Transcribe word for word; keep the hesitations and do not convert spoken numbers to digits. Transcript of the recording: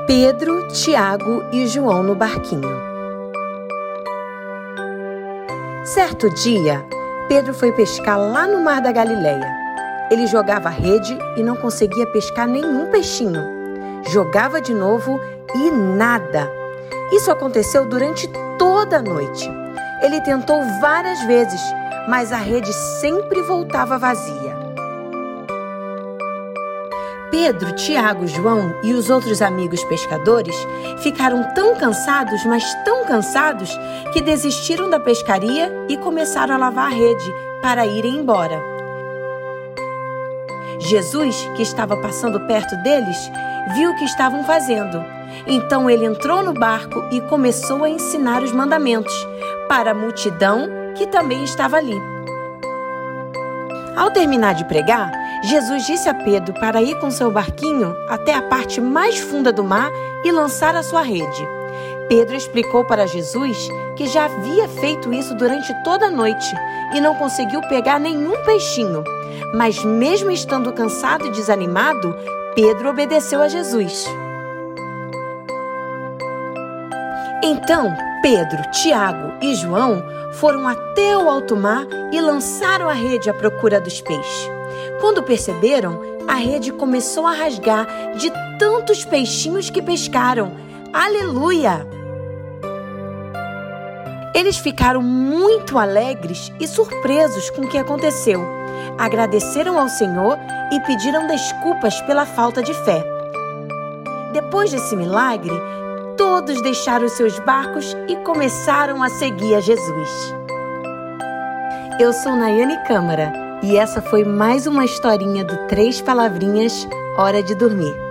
Pedro, Tiago e João no barquinho. Certo dia, Pedro foi pescar lá no mar da Galileia. Ele jogava a rede e não conseguia pescar nenhum peixinho. Jogava de novo e nada. Isso aconteceu durante toda a noite. Ele tentou várias vezes, mas a rede sempre voltava vazia. Pedro, Tiago, João e os outros amigos pescadores ficaram tão cansados, mas tão cansados, que desistiram da pescaria e começaram a lavar a rede para irem embora. Jesus, que estava passando perto deles, viu o que estavam fazendo. Então ele entrou no barco e começou a ensinar os mandamentos para a multidão que também estava ali. Ao terminar de pregar, Jesus disse a Pedro para ir com seu barquinho até a parte mais funda do mar e lançar a sua rede. Pedro explicou para Jesus que já havia feito isso durante toda a noite e não conseguiu pegar nenhum peixinho. Mas mesmo estando cansado e desanimado, Pedro obedeceu a Jesus. Então, Pedro, Tiago e João foram até o alto mar e lançaram a rede à procura dos peixes. Quando perceberam, a rede começou a rasgar de tantos peixinhos que pescaram. Aleluia! Eles ficaram muito alegres e surpresos com o que aconteceu. Agradeceram ao Senhor e pediram desculpas pela falta de fé. Depois desse milagre, todos deixaram seus barcos e começaram a seguir a Jesus. Eu sou Nayane Câmara e essa foi mais uma historinha do Três Palavrinhas, Hora de Dormir.